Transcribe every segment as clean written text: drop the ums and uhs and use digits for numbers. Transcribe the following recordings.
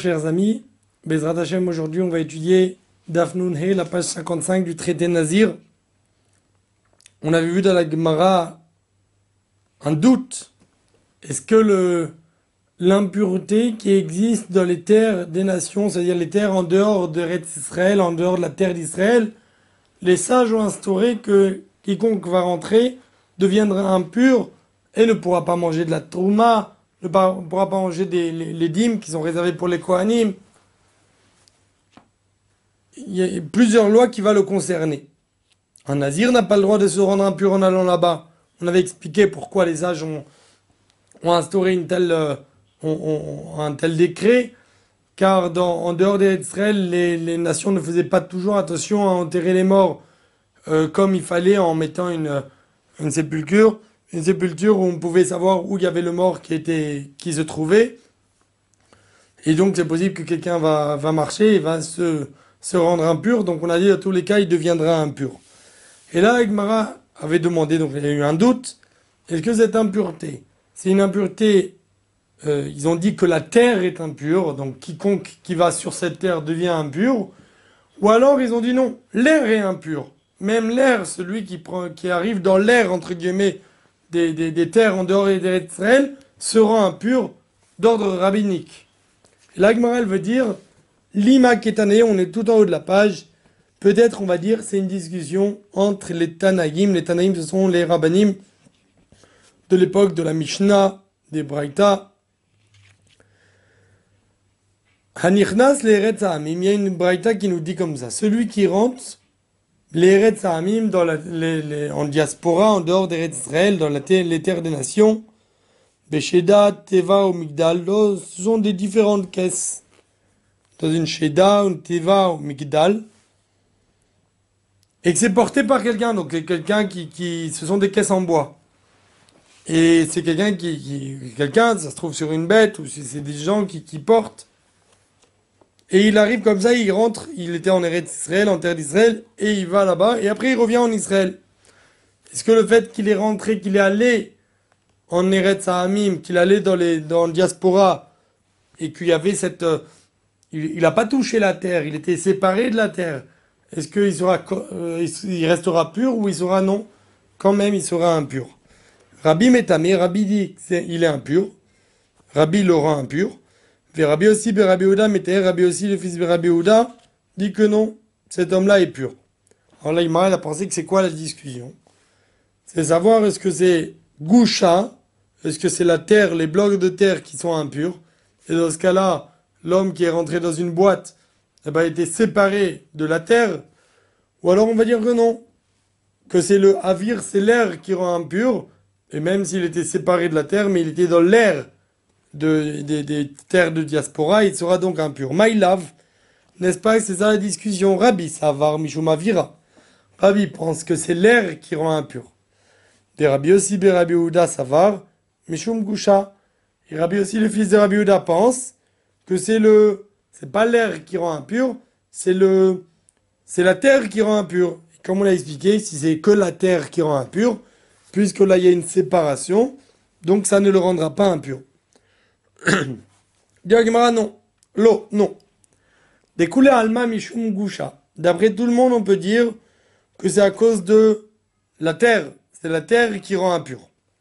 chers amis. Bezrat Hashem, aujourd'hui, on va étudier Daf Nun He, la page 55 du traité Nazir. On avait vu dans la Gemara un doute. Est-ce que l'impureté qui existe dans les terres des nations, c'est-à-dire les terres en dehors de Eretz Israël, en dehors de la terre d'Israël, les sages ont instauré que quiconque va rentrer deviendra impur et ne pourra pas manger de la trouma, ne pourra pas manger les dîmes qui sont réservés pour les Kohanim. Il y a plusieurs lois qui vont le concerner. Un nazir n'a pas le droit de se rendre impur en allant là-bas. On avait expliqué pourquoi les sages ont instauré un tel décret, car en dehors d'Israël, les nations ne faisaient pas toujours attention à enterrer les morts comme il fallait en mettant une sépulture où on pouvait savoir où il y avait le mort qui se trouvait. Et donc c'est possible que quelqu'un va marcher et va se rendre impur. Donc on a dit à tous les cas, il deviendra impur. Et là, Gemara avait demandé, donc il y a eu un doute, est-ce que cette impureté, c'est une impureté, ils ont dit que la terre est impure, donc quiconque qui va sur cette terre devient impur, ou alors ils ont dit non, l'air est impur. Même l'air, celui qui arrive dans l'air, entre guillemets, des terres en dehors d'Israël, sera impur d'ordre rabbinique. Et là, Gemara, elle veut dire, l'ima ketane, on est tout en haut de la page, peut-être, on va dire, c'est une discussion entre les Tanaïm. Les Tanaïm, ce sont les Rabbanim de l'époque de la Mishnah, des Braïta. Hanichnas les Eretz Ha'amim, il y a une Braïta qui nous dit comme ça, celui qui rentre, les Eretz Ha'amim, en diaspora, en dehors d'Eretz Israël, dans les terres des nations, Besheda, Teva ou Migdal, ce sont des différentes caisses. Dans une Sheda, une Teva ou Migdal, et que c'est porté par quelqu'un, donc c'est quelqu'un ce sont des caisses en bois. Et c'est quelqu'un, ça se trouve sur une bête, ou c'est des gens qui portent. Et il arrive comme ça, il rentre, il était en Eretz Israël, en terre d'Israël, et il va là-bas, et après il revient en Israël. Est-ce que le fait qu'il est rentré, qu'il est allé en Eretz Ha'amim, qu'il allait dans le diaspora, et qu'il y avait il n'a pas touché la terre, il était séparé de la terre, est-ce qu'il restera pur ou il sera non? Quand même, il sera impur. Rabbi Metame, Rabbi dit qu'il est impur. Rabbi le rend impur. Et Rabbi aussi, Rabbi Ouda, Rabbi aussi, le fils de Rabbi Ouda, dit que non, cet homme-là est pur. Alors là, il a pensé que c'est quoi la discussion? C'est savoir est-ce que c'est Goucha, est-ce que c'est la terre, les blocs de terre qui sont impurs. Et dans ce cas-là, l'homme qui est rentré dans une boîte, était séparé de la terre. Ou alors on va dire que non, que c'est le avir, c'est l'air qui rend impur. Et même s'il était séparé de la terre, mais il était dans l'air des terres de diaspora, il sera donc impur. Maïlav, n'est-ce pas que c'est ça la discussion? Rabbi Savar Mishum Avira. Rabbi pense que c'est l'air qui rend impur. Des Rabbi aussi, Rabbi Ouda Savar Mishum Gusha. Et Rabbi aussi, le fils de Rabbi Ouda, pense que c'est pas l'air qui rend impur, c'est la terre qui rend impur. Et comme on l'a expliqué, si c'est que la terre qui rend impur, puisque là il y a une séparation, donc ça ne le rendra pas impur. Diagmara, non. L'eau, non. Découlé alma mishum gusha. D'après tout le monde, on peut dire que c'est à cause de la terre. C'est la terre qui rend impur.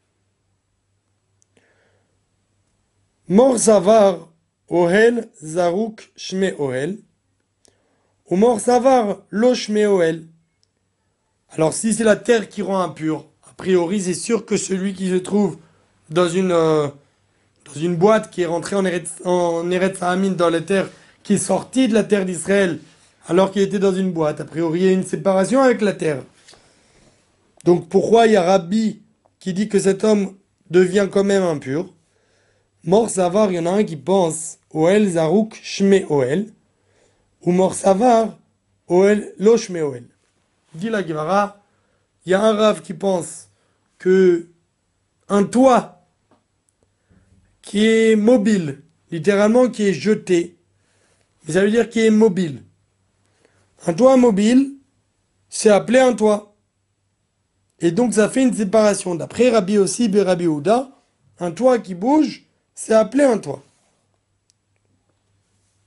Mor savar ohel zarouk shme ohel. Ou mor savar lo shme ohel. Alors si c'est la terre qui rend impur, a priori c'est sûr que celui qui se trouve dans une boîte qui est rentrée en Eretz Ha'amim, dans la terre, qui est sortie de la terre d'Israël, alors qu'il était dans une boîte. A priori, il y a une séparation avec la terre. Donc pourquoi il y a Rabbi qui dit que cet homme devient quand même impur? Mor Savar, il y en a un qui pense Oel Zarouk Shme Oel, ou Mor Savar Oel Lo Shme Oel. Dit la Gemara, il y a un Rav qui pense que un toit qui est mobile, littéralement qui est jeté, mais ça veut dire qui est mobile. Un toit mobile, c'est appelé un toit. Et donc ça fait une séparation. D'après Rabbi aussi, Rabbi Ouda, un toit qui bouge, c'est appelé un toit.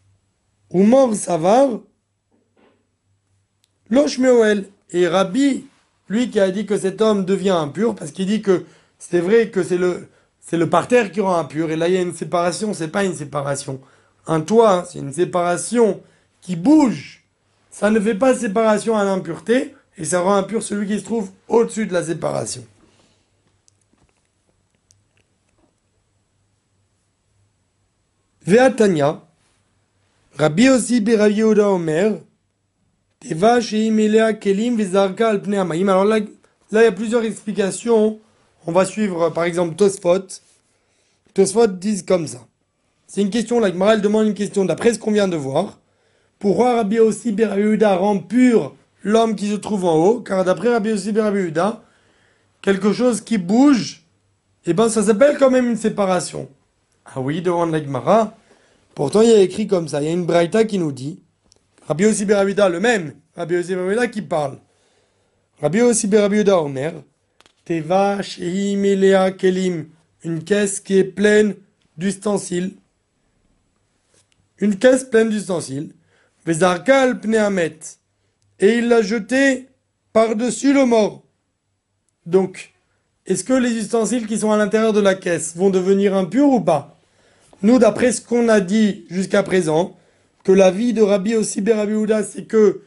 ou mort savar, losh meoel. Et Rabbi, lui qui a dit que cet homme devient impur, parce qu'il dit que c'est vrai que c'est le parterre qui rend impur, et là il y a une séparation, c'est pas une séparation. Un toit, hein, c'est une séparation qui bouge. Ça ne fait pas séparation à l'impureté, et ça rend impur celui qui se trouve au-dessus de la séparation. Ve'atanya, Rabbi aussi Rabbi Yehuda Omer, Teva sheim elea kelim vezarka al pnei hamayim. Alors là, il y a plusieurs explications. On va suivre par exemple Tosfot. Tosfot disent comme ça. C'est une question, la Gemara elle demande une question d'après ce qu'on vient de voir. Pourquoi Rabbi aussi Rabbi Yehuda rend pur l'homme qui se trouve en haut? Car d'après Rabbi aussi Rabbi Yehuda, quelque chose qui bouge, eh ben ça s'appelle quand même une séparation. Ah oui, devant la Gemara. Pourtant, il y a écrit comme ça. Il y a une braïta qui nous dit, Rabbi Yossi ben Rabbi Yehuda, le même, Rabbi Yossi ben Rabbi Yehuda qui parle. Rabbi Yossi ben Rabbi Yehuda Omer, Teva shehi melea kelim, une caisse qui est pleine d'ustensiles. Une caisse pleine d'ustensiles. Vezarka al pnei hamet. Et il l'a jeté par-dessus le mort. Donc, est-ce que les ustensiles qui sont à l'intérieur de la caisse vont devenir impurs ou pas? Nous, d'après ce qu'on a dit jusqu'à présent, que la vie de Rabbi aussi ben Rabbi Yehuda, c'est que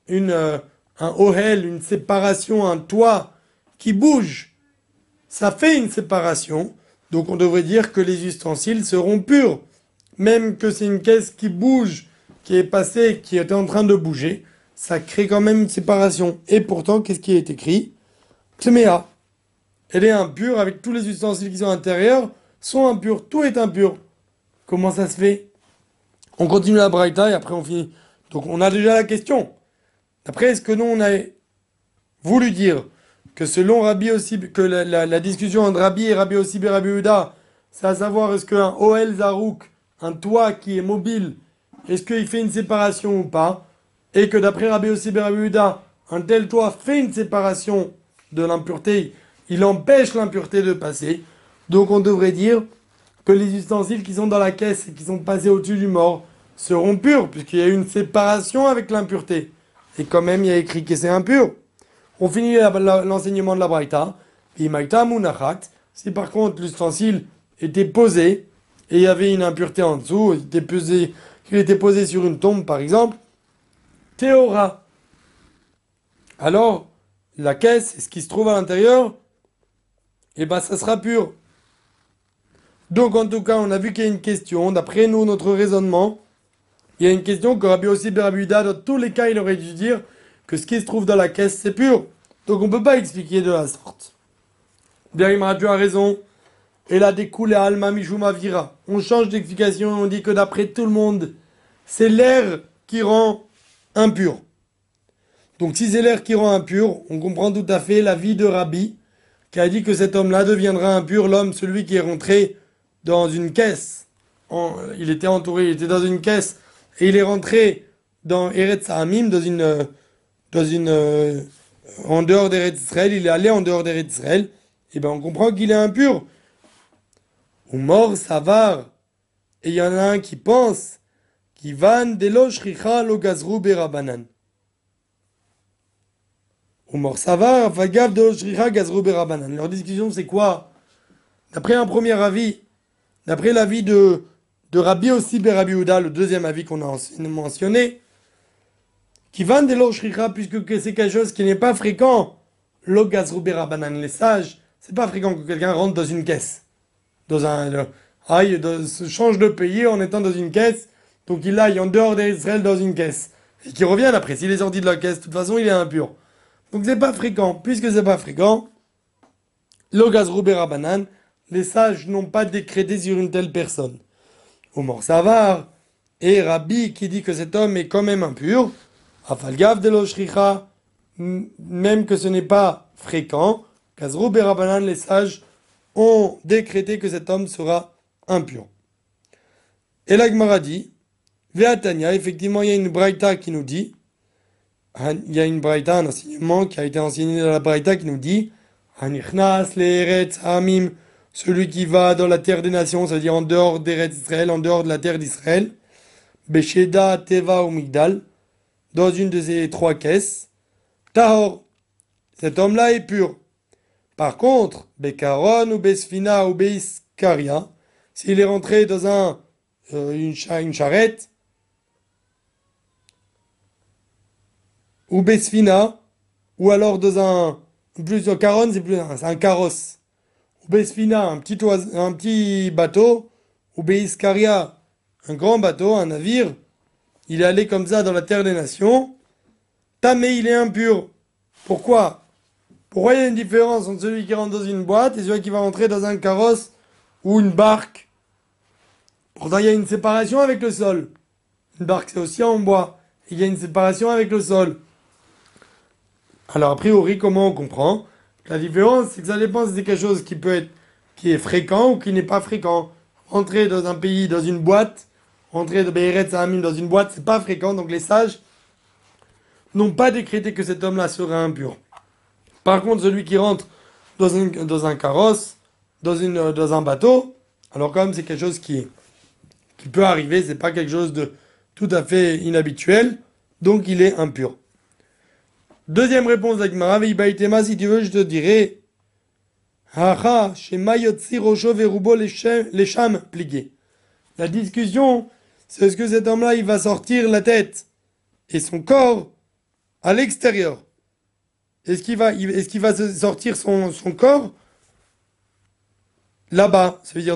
un ohel, une séparation, un toit qui bouge, ça fait une séparation. Donc on devrait dire que les ustensiles seront purs. Même que c'est une caisse qui bouge, qui est passée, qui était en train de bouger, ça crée quand même une séparation. Et pourtant, qu'est-ce qui est écrit? Tméa. Elle est impure avec tous les ustensiles qui sont à l'intérieur, sont impurs. Tout est impur. Comment ça se fait? On continue la braïta et après on finit. Donc on a déjà la question. Après, est-ce que nous on a voulu dire que selon Rabbi aussi, que la discussion entre Rabbi et Rabbi aussi ben Rabbi Yehuda, c'est à savoir est-ce qu'un Ohel Zarouk, un toit qui est mobile, est-ce qu'il fait une séparation ou pas? Et que d'après Rabbi aussi ben Rabbi Yehuda, un tel toit fait une séparation de l'impureté, il empêche l'impureté de passer. Donc on devrait dire que les ustensiles qui sont dans la caisse et qui sont passés au-dessus du mort seront purs, puisqu'il y a eu une séparation avec l'impureté. Et quand même, il y a écrit que c'est impur. On finit l'enseignement de la Braïta. Si par contre l'ustensile était posé et il y avait une impureté en dessous, il était posé sur une tombe par exemple, Théora. Alors, la caisse, ce qui se trouve à l'intérieur, eh ben ça sera pur. Donc en tout cas, on a vu qu'il y a une question. D'après nous, notre raisonnement, il y a une question que Rabbi aussi ben Rabbi Yehuda, dans tous les cas, il aurait dû dire que ce qui se trouve dans la caisse, c'est pur. Donc on ne peut pas expliquer de la sorte. Bien, tu as raison. Et là, découle à Alma Mishuma Vira. On change d'explication et on dit que d'après tout le monde, c'est l'air qui rend impur. Donc si c'est l'air qui rend impur, on comprend tout à fait la vie de Rabbi, qui a dit que cet homme-là deviendra impur, l'homme, celui qui est rentré dans une caisse. Il était entouré, il était dans une caisse, et il est rentré dans Eretz Hamim, en dehors d'Eretz Israël, il est allé en dehors d'Eretz Israël, et bien on comprend qu'il est impur. Ou mort savar, et il y en a un qui pense, qui van delo shricha lo gazru berabanan. Ou mort savar, vagav delo shricha gazru berabanan. Leur discussion c'est quoi? D'après un premier avis, d'après l'avis de Rabbi aussi ben Rabbi Yehuda, le deuxième avis qu'on a mentionné, qui vendent de l'eau shricha, puisque c'est quelque chose qui n'est pas fréquent, l'eau gazroubé rabanan, les sages, c'est pas fréquent que quelqu'un rentre dans une caisse, change de pays en étant dans une caisse, donc il aille en dehors d'Israël dans une caisse, et qu'il revienne après, s'il est sorti de la caisse, de toute façon il est impur. Donc c'est pas fréquent, puisque c'est pas fréquent, l'eau gazroubé rabanan, les sages n'ont pas décrété sur une telle personne. Omar Savar, et Rabbi qui dit que cet homme est quand même impur, Afalgav de l'Oshricha, même que ce n'est pas fréquent, Kazrou Berabanan, les sages ont décrété que cet homme sera impur. Et la Gemara dit, Ve'atania, effectivement, il y a une braïta qui nous dit, il y a une braïta, un enseignement qui a été enseigné dans la braïta qui nous dit, Hanichnas le'eretz hamim, celui qui va dans la terre des nations, c'est-à-dire en dehors d'Eretz Israël, en dehors de la terre d'Israël, Besheda, Teva ou Migdal, dans une de ces trois caisses, Tahor, cet homme-là est pur. Par contre, Bekaron ou Besfina ou Beiskaria, s'il est rentré dans une charrette, ou Besfina, ou alors dans plus de Caron, c'est un carrosse. Ou Besfina, un petit bateau, ou Beiskaria, un grand bateau, un navire, il est allé comme ça dans la terre des nations, Tamé, il est impur. Pourquoi? Pourquoi il y a une différence entre celui qui rentre dans une boîte et celui qui va rentrer dans un carrosse ou une barque? Pourtant, il y a une séparation avec le sol. Une barque, c'est aussi en bois. Il y a une séparation avec le sol. Alors, a priori, comment on comprend? La différence, c'est que ça dépend si c'est quelque chose qui est fréquent ou qui n'est pas fréquent. Rentrer dans un pays, dans une boîte, rentrer de Be'eretz Ha'amim dans une boîte, c'est pas fréquent. Donc, les sages n'ont pas décrété que cet homme-là serait impur. Par contre, celui qui rentre dans un carrosse, dans un bateau, alors quand même c'est quelque chose qui peut arriver, c'est pas quelque chose de tout à fait inhabituel, donc il est impur. Deuxième réponse d'Agmara, Veibaitema, si tu veux, je te dirais, Haha, chez Mayotsi Rocho Verubo les Sham pligués. La discussion, c'est est-ce que cet homme-là, il va sortir la tête et son corps à l'extérieur? Est-ce qu'il va sortir son corps là-bas? Ça veut dire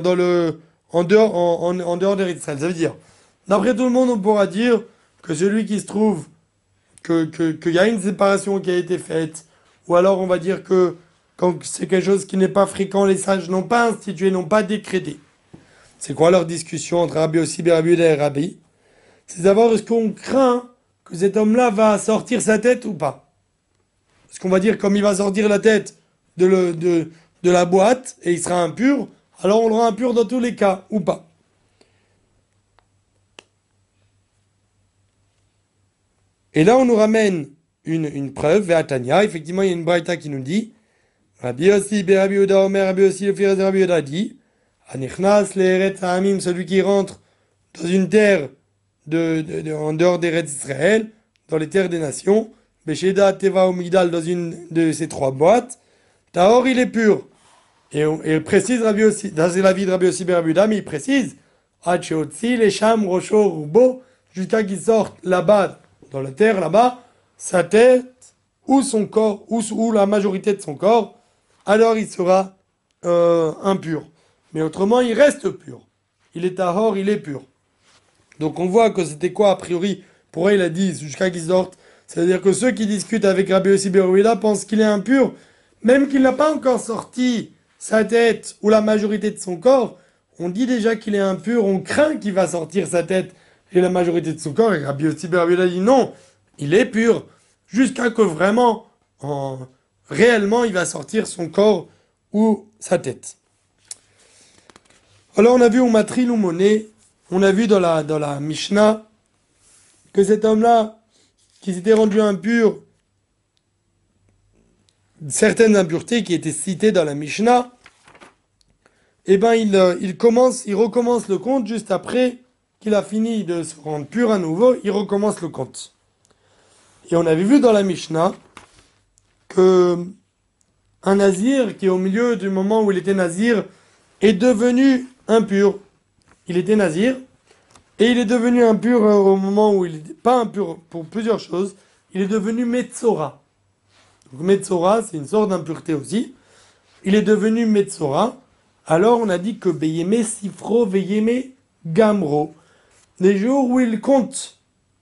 en dehors d'Israël. Ça veut dire, d'après tout le monde, on pourra dire que celui qui se trouve, qu'il y a une séparation qui a été faite, ou alors on va dire que quand c'est quelque chose qui n'est pas fréquent, les sages n'ont pas institué, n'ont pas décrété. C'est quoi leur discussion entre Rabbi Yossi, Rabbi Yehuda et Rabbi? C'est savoir est-ce qu'on craint que cet homme-là va sortir sa tête ou pas. Parce qu'on va dire, comme il va sortir la tête de la boîte et il sera impur, alors on le rend impur dans tous les cas, ou pas. Et là, on nous ramène une preuve, Ve'atania. Effectivement, il y a une braïta qui nous dit, Rabbi Yossi, Rabbi Yehuda, Omer, Rabbi Yossi, le fils de Rabbi Yehuda dit, Anichnas, l'Eretz Ha'amim, celui qui rentre dans une terre en dehors des Eretz Israël, dans les terres des nations, Besheda, Teva ou Migdal dans une de ces trois boîtes, Tahor il est pur. Et précise Rabbi aussi, dans la vie de Rabbi aussi Rabbi Yehuda, mais il précise, Hacheotzi, les Sham, Rocho, Rubo, jusqu'à qu'il sorte là-bas, dans la terre là-bas, sa tête ou son corps, ou la majorité de son corps, alors il sera impur. Mais autrement, il reste pur. Il est Tahor, il est pur. Donc on voit que c'était quoi a priori, pourquoi il a dit jusqu'à qu'il sorte. C'est-à-dire que ceux qui discutent avec Rabbi Yossi ben Yehuda pensent qu'il est impur, même qu'il n'a pas encore sorti sa tête ou la majorité de son corps. On dit déjà qu'il est impur, on craint qu'il va sortir sa tête et la majorité de son corps. Et Rabbi Yossi ben Yehuda dit non, il est pur, jusqu'à que vraiment, réellement, il va sortir son corps ou sa tête. Alors on a vu au Matril ou Moné, on a vu dans la Mishnah que cet homme-là, qui s'était rendu impur, certaines impuretés qui étaient citées dans la Mishnah, eh ben il recommence le compte juste après qu'il a fini de se rendre pur à nouveau, il recommence le compte. Et on avait vu dans la Mishnah que un nazir qui au milieu du moment où il était nazir est devenu impur. Il était nazir et il est devenu impur au moment où il n'était pas impur pour plusieurs choses. Il est devenu Metzora. Donc Metzora, c'est une sorte d'impureté aussi. Il est devenu Metzora. Alors on a dit que Beyeme Sifro Veyeme Gamro. Les jours où il compte,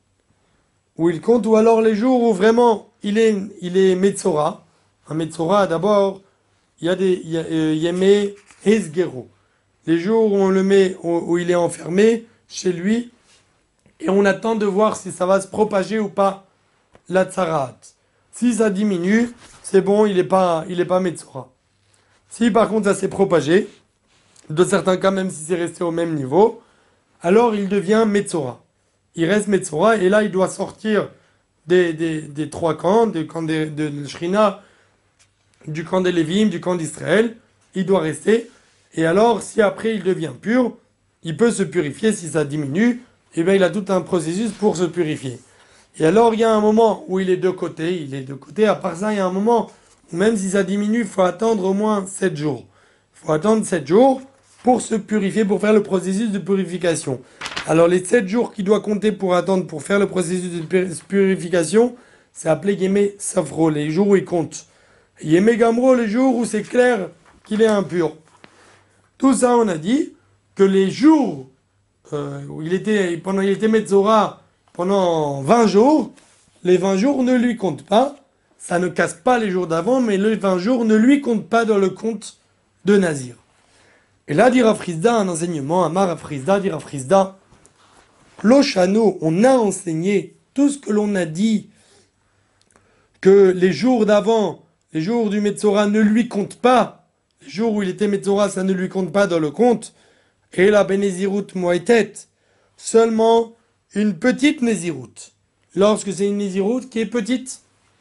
ou alors les jours où vraiment il est Metzora. Un Metzora, d'abord, il y a Yeme Hezgero. Les jours où on le met, où il est enfermé chez lui, et on attend de voir si ça va se propager ou pas, la tsarat. Si ça diminue, c'est bon, il est pas Metzora. Si par contre ça s'est propagé, de certains cas même si c'est resté au même niveau, alors il devient Metzora. Il reste Metzora, et là il doit sortir des trois camps, du camp de Shrina, du camp des Lévim, du camp d'Israël, il doit rester. Et alors, si après il devient pur, il peut se purifier si ça diminue, eh bien, il a tout un processus pour se purifier. Et alors, il y a un moment où il est de côté. À part ça, il y a un moment où même si ça diminue, il faut attendre au moins 7 jours. Il faut attendre 7 jours pour se purifier, pour faire le processus de purification. Alors, les 7 jours qu'il doit compter pour attendre, pour faire le processus de purification, c'est appelé Yémé Safro, les jours où il compte. Yémé Gamro, les jours où c'est clair qu'il est impur. Tout ça, on a dit que les jours où il était Metzora pendant 20 jours, les 20 jours ne lui comptent pas. Ça ne casse pas les jours d'avant, mais les 20 jours ne lui comptent pas dans le compte de Nazir. Et là, dit Rav Frisda, un enseignement, Amar Rav Frisda, dit Rav Frisda, Loshano, on a enseigné tout ce que l'on a dit, que les jours d'avant, les jours du Metzora ne lui comptent pas. Les jours où il était Metzora, ça ne lui compte pas dans le compte. Et la Benezirut Moetet, seulement une petite Nézirut. Lorsque c'est une Nézirut qui est petite.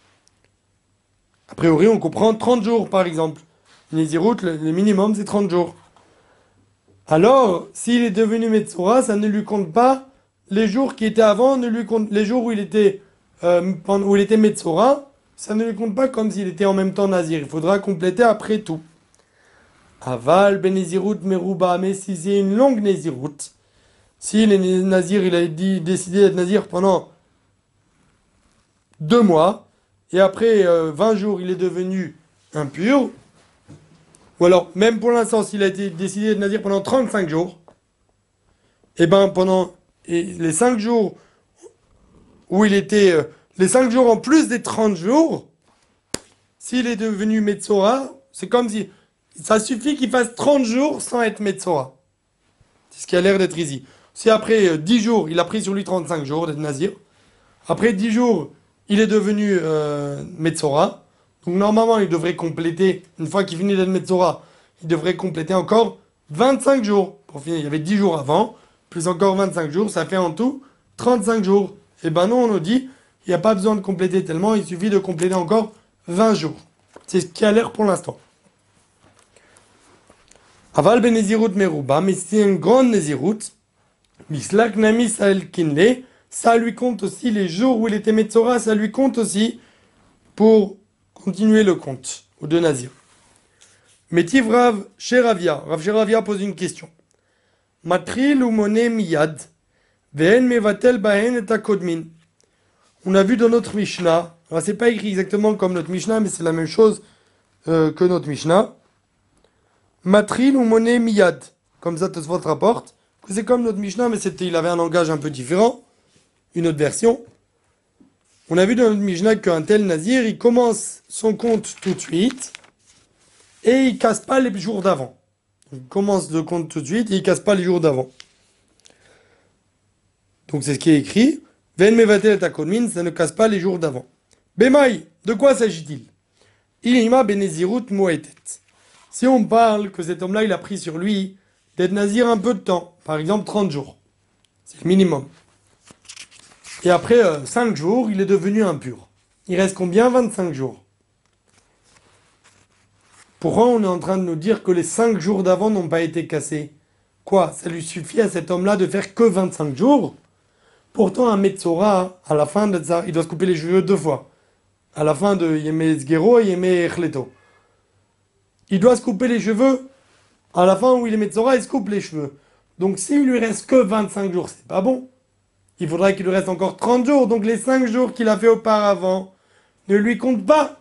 A priori, on comprend 30 jours, par exemple. Une Nézirut, le minimum, c'est 30 jours. Alors, s'il est devenu Metzora, ça ne lui compte pas les jours qui étaient avant, ne lui compte, les jours où il était Metzora, ça ne lui compte pas comme s'il était en même temps Nazir. Il faudra compléter après tout. Aval benezirut meruba, mais si c'est une longue nézirut, si le nazir il a décidé d'être nazir pendant 2 mois, et après 20 jours il est devenu impur, ou alors même pour l'instant s'il a été décidé d'être nazir pendant 35 jours, et ben pendant les 5 jours où il était, les 5 jours en plus des 30 jours, s'il est devenu Metzora, c'est comme si ça suffit qu'il fasse 30 jours sans être Metzora. C'est ce qui a l'air d'être ici. Si après 10 jours, il a pris sur lui 35 jours d'être Nazir, après 10 jours, il est devenu Metzora. Donc normalement, il devrait compléter, une fois qu'il finit d'être Metzora, il devrait compléter encore 25 jours. Pour finir, il y avait 10 jours avant, plus encore 25 jours, ça fait en tout 35 jours. Et ben non, on nous dit, il n'y a pas besoin de compléter tellement, il suffit de compléter encore 20 jours. C'est ce qui a l'air pour l'instant. Aval benezirut meruba, mais c'est une grande nezirut. Mislak nami sa'el kinle, ça lui compte aussi les jours où il était Metzora, ça lui compte aussi pour continuer le compte, ou de Nazir. Métiv Rav Sheravia, Rav Sheravia pose une question. Matril ou moné miyad, ve'en mevatel bahen et akodmin. On a vu dans notre Mishnah, alors c'est pas écrit exactement comme notre Mishnah, mais c'est la même chose que notre Mishnah. Matril ou moné miyad, comme ça Tosfot rapporte, que c'est comme notre Mishnah, mais il avait un langage un peu différent, une autre version. On a vu dans notre Mishnah qu'un tel Nazir, il commence son compte tout de suite, et il casse pas les jours d'avant. Il commence le compte tout de suite, et il casse pas les jours d'avant. Donc c'est ce qui est écrit, Ven mevatel takodmin, ça ne casse pas les jours d'avant. Bemaï, de quoi s'agit-il? Ilima benezirut moetet. Si on parle que cet homme-là, il a pris sur lui d'être nazir un peu de temps, par exemple 30 jours, c'est le minimum. Et après 5 jours, il est devenu impur. Il reste combien? 25 jours. Pourquoi on est en train de nous dire que les 5 jours d'avant n'ont pas été cassés? Quoi? Ça lui suffit à cet homme-là de faire que 25 jours? Pourtant, un Metzora, à la fin de ça, il doit se couper les cheveux 2 fois. À la fin de Yemé Sgero et Yemé Echleto. Il doit se couper les cheveux. À la fin où il est Metzora, il se coupe les cheveux. Donc s'il lui reste que 25 jours, c'est pas bon. Il faudrait qu'il lui reste encore 30 jours. Donc les 5 jours qu'il a fait auparavant ne lui comptent pas.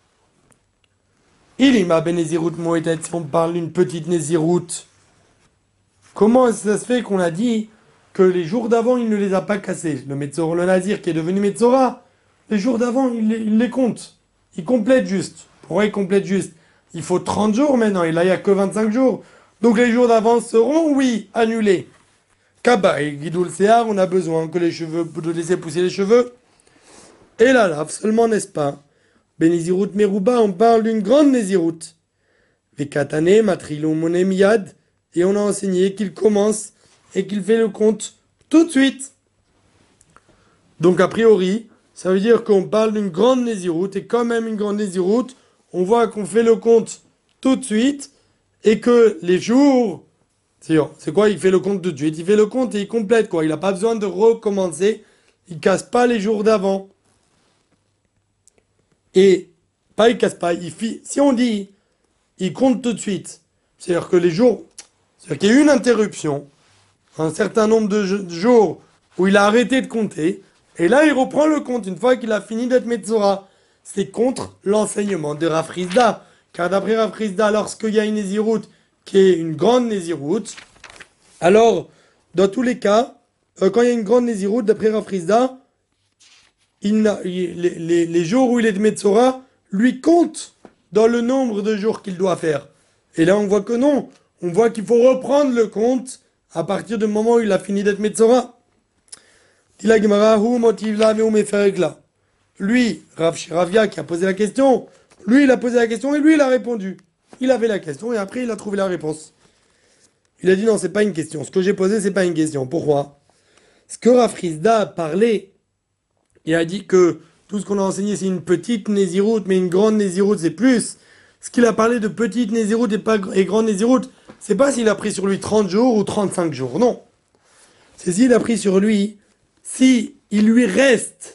Il y m'a benezirut moetet, si on parle d'une petite nézirut. Comment ça se fait qu'on a dit que les jours d'avant, il ne les a pas cassés? Le Metzora, le Nazir qui est devenu Metzora, les jours d'avant, il les compte. Il complète juste. Pourquoi il complète juste? Il faut 30 jours maintenant, et là il n'y a que 25 jours. Donc les jours d'avant seront, oui, annulés. Kaba et Guidoul Sear, on a besoin que les cheveux, de laisser pousser les cheveux. Et la lave seulement, n'est-ce pas? Benizirut Meruba, on parle d'une grande Nézirut. Vekatane, Matrilou Monemiyad, et on a enseigné qu'il commence et qu'il fait le compte tout de suite. Donc a priori, ça veut dire qu'on parle d'une grande Nézirut, et quand même une grande Nézirut, on voit qu'on fait le compte tout de suite et que les jours C'est quoi? Il fait le compte tout de suite. Il fait le compte et il complète quoi. Il n'a pas besoin de recommencer. Il casse pas les jours d'avant. Et pas il casse pas. Si on dit il compte tout de suite, c'est-à-dire que les jours, c'est-à-dire qu'il y a eu une interruption, un certain nombre de jours où il a arrêté de compter, et là il reprend le compte une fois qu'il a fini d'être Metzora. C'est contre l'enseignement de Rav Chizda. Car d'après Rav Chizda, lorsqu'il y a une Néziroute qui est une grande Néziroute, alors dans tous les cas, quand il y a une grande Néziroute, d'après Rav Chizda, les jours où il est de Metzora lui comptent dans le nombre de jours qu'il doit faire. Et là on voit que non, on voit qu'il faut reprendre le compte à partir du moment où il a fini d'être Metzora. Lui, Rav Shiravia qui a posé la question, lui il a posé la question et lui il a répondu. Il avait la question et après il a trouvé la réponse. Il a dit non, c'est pas une question. Ce que j'ai posé, c'est pas une question. Pourquoi? Ce que Rav Chizda a parlé, il a dit que tout ce qu'on a enseigné c'est une petite Néziroute, mais une grande Néziroute c'est plus. Ce qu'il a parlé de petite Néziroute et grande Néziroute, c'est pas s'il a pris sur lui 30 jours ou 35 jours, non. C'est s'il a pris sur lui, si il lui reste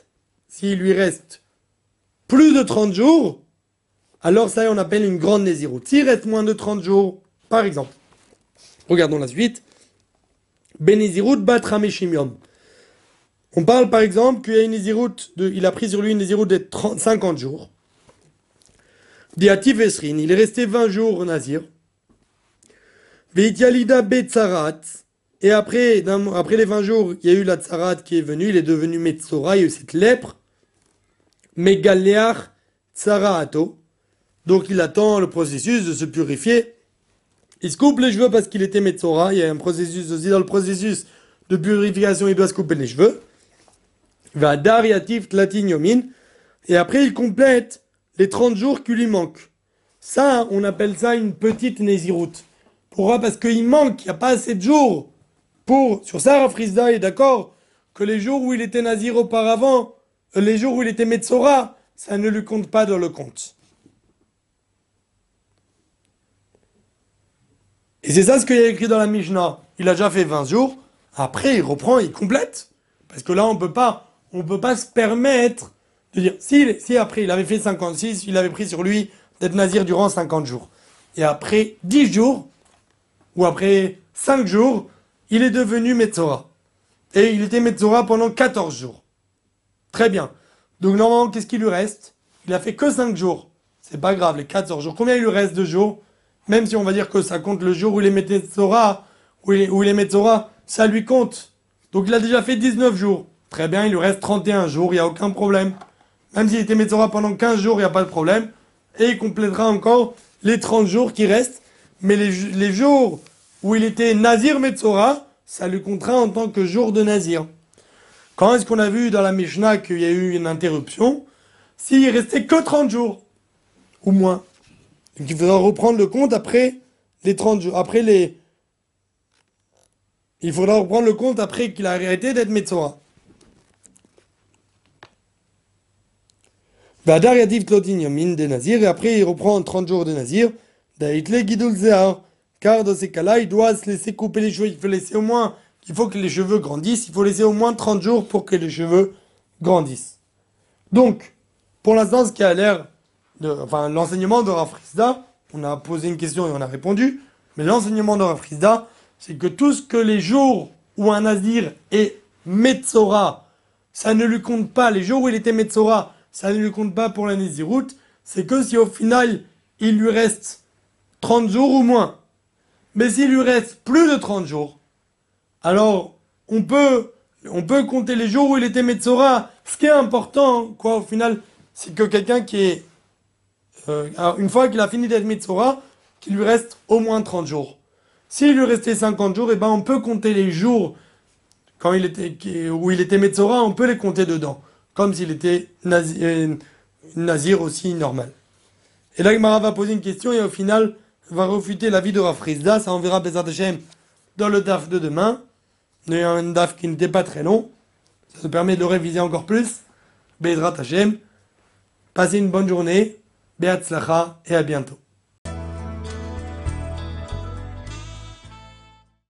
plus de 30 jours, alors ça on appelle une grande Néziroute. S'il reste moins de 30 jours, par exemple, regardons la suite, Benezirut bat Rameshimium. On parle par exemple qu'il y a une Néziroute, il a pris sur lui une Néziroute de 50 jours. Diativ Esrin, il est resté 20 jours au Nazir. Veitialida Betzarat. Et après les 20 jours, il y a eu la Tsarat qui est venue, il est devenu Metzora, il y a eu cette lèpre. Megaleach Tsaraato. Donc il attend le processus de se purifier. Il se coupe les cheveux parce qu'il était Metzora. Il y a un processus aussi dans le processus de purification, il doit se couper les cheveux. Va Dariatif Tlatin Yomin. Et après il complète les 30 jours qui lui manquent. Ça, on appelle ça une petite Néziroute. Pourquoi? Parce qu'il manque, il n'y a pas assez de jours. Sur ça, Rav Chizda est d'accord que les jours où il était Nazir auparavant, les jours où il était Metzora, ça ne lui compte pas dans le compte. Et c'est ça ce qu'il y a écrit dans la Mishnah. Il a déjà fait 20 jours, après il reprend, il complète. Parce que là, on peut pas se permettre de dire, si après il avait fait 56, il avait pris sur lui d'être Nazir durant 50 jours. Et après 10 jours, ou après 5 jours, il est devenu Metzora. Et il était Metzora pendant 14 jours. Très bien. Donc normalement, qu'est-ce qu'il lui reste? Il a fait que 5 jours. C'est pas grave, les 14 jours. Combien il lui reste de jours? Même si on va dire que ça compte le jour où il est Metzora, où il est Metzora, ça lui compte. Donc il a déjà fait 19 jours. Très bien, il lui reste 31 jours, il n'y a aucun problème. Même s'il était Metzora pendant 15 jours, il n'y a pas de problème. Et il complétera encore les 30 jours qui restent. Mais les jours où il était Nazir Metzora, ça lui comptera en tant que jour de Nazir. Quand est-ce qu'on a vu dans la Mishnah qu'il y a eu une interruption? S'il restait que 30 jours, ou moins. Donc il faudra reprendre le compte après les 30 jours. Il faudra reprendre le compte après qu'il a arrêté d'être Metzora. Vadar Yadiv Tlotin Yamin de Nazir, et après il reprend 30 jours de Nazir. Daïtle Gidul Zehar. Car dans ces cas-là, il doit se laisser couper les cheveux. Il faut que les cheveux grandissent. Il faut laisser au moins 30 jours pour que les cheveux grandissent. Donc, pour l'instant, ce qui a l'air l'enseignement de Rav Chizda, on a posé une question et on a répondu. Mais l'enseignement de Rav Chizda, c'est que tout ce que les jours où un Nazir est Metzora, ça ne lui compte pas. Les jours où il était Metzora, ça ne lui compte pas pour la Néziroute. C'est que si au final, il lui reste 30 jours ou moins. Mais s'il lui reste plus de 30 jours, alors on peut compter les jours où il était Metzora. Ce qui est important, au final, c'est que quelqu'un qui est, une fois qu'il a fini d'être Metzora, qu'il lui reste au moins 30 jours. S'il lui restait 50 jours, on peut compter les jours où il était Metzora, on peut les compter dedans. Comme s'il était Nazir aussi normal. Et là, Gemara va poser une question et au final, va refuter l'avis de Rav Chizda. Ça, on verra Bezrat Hashem dans le daf de demain. Il y a un daf qui n'était pas très long. Ça nous permet de le réviser encore plus. Bezrat Hashem. Passez une bonne journée. Be'atzlacha et à bientôt.